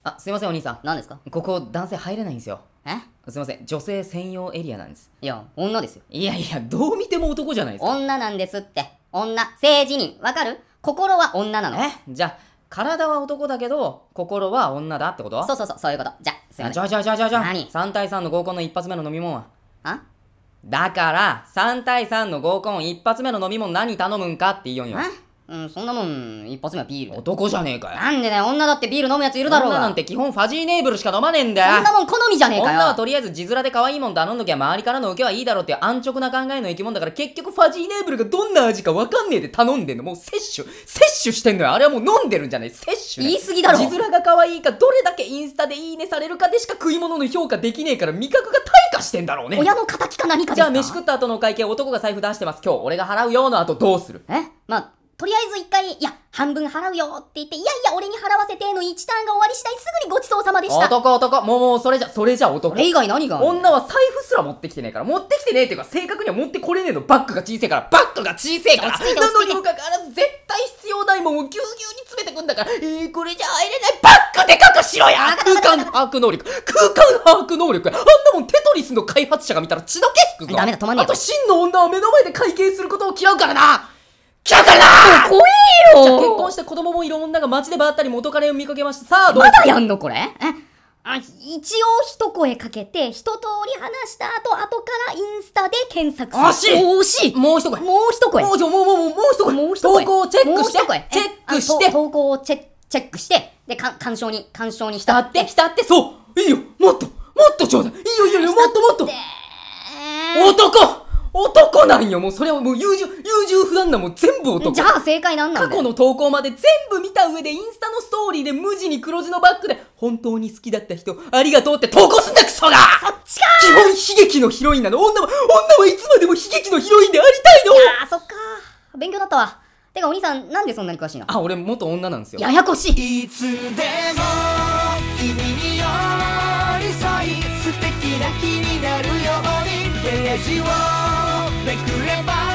あ、すいませんお兄さん。 何ですか？ ここ男性入れないんですよ。 え？ すいません、女性専用エリアなんです。 いや、女ですよ。 いやいや、どう見ても男じゃないですか。 女なんですって。女。性自認。わかる？心は女なの。 じゃあ、体は男だけど、心は女だってこと？ そういうこと。じゃ、すいません。 じゃあ。 何 3対3の合コンの一発目の飲み物は？ あ？ だから、3対3の合コン一発目の飲み物何頼むんかって言いよんよ。 そんなもん、一発目はビールだよ。 男じゃねえかよ。 なんでだよ、女だってビール飲むやついるだろうが。 女なんて基本ファジーネーブルしか飲まねえんだよ。 そんなもん好みじゃねえかよ。 女はとりあえず字面で可愛いもん頼んどきゃ周りからの受けはいいだろうっていう安直な考えの生き物だから、結局ファジーネーブルがどんな味かわかんねえで頼んでんの。もう摂取してんのよ。あれはもう飲んでるんじゃない。摂取、 言い過ぎだろ。 字面が可愛いか、どれだけインスタでいいねされるかでしか食い物の評価できねえから、味覚が退化してんだろうね。 親の敵か何かですか？ じゃあ飯食った後のお会計、男が財布出してます。今日俺が払うよの後どうする？ まあ、とりあえず一回、半分払うよって言って、俺に払わせての1ターンが終わり次第すぐにごちそうさまでした。 男。もう、それじゃ男。 それ以外何が？ 女は財布すら持ってきてねえから。持ってきてねえっていうか、正確には持ってこれねえの。バッグが小せえから。なのにもかかわらず、絶対必要ないもんをぎゅうぎゅうに詰めてくんだから。これじゃ入れない。バッグでかくしろや。空間把握能力。あんなもんテトリスの開発者が見たら血の気引くぞ。 ダメだ、止まんねえよ。 あと真の女は目の前で会計することを嫌うからな。 怖えよ。 じゃあ結婚して子供もいる女が街でばったり元彼を見かけました。さあどう？ まだやんのこれ？一応一声かけて、一通り話した後からインスタで検索する。 惜しい。もう一声。 もう一声。 投稿をチェックして。 投稿をチェックして、で、干渉に浸って。そう。いいよ。もっとちょうだい。いいよ。もっと。男なんよ。もうそれはもう優柔不断なもう全部男。 じゃあ正解なんだよ。 過去の投稿まで全部見た上でインスタのストーリーで無地に黒字のバックで本当に好きだった人ありがとうって投稿すんだクソが。 そっちか。 基本悲劇のヒロインなの。女はいつまでも悲劇のヒロインでありたいの。 そっか。勉強だったわ。てかお兄さんなんでそんなに詳しいの？ 俺元女なんですよ。 ややこしい。 いつでも君に寄り添い素敵な日になるようにページをめくれば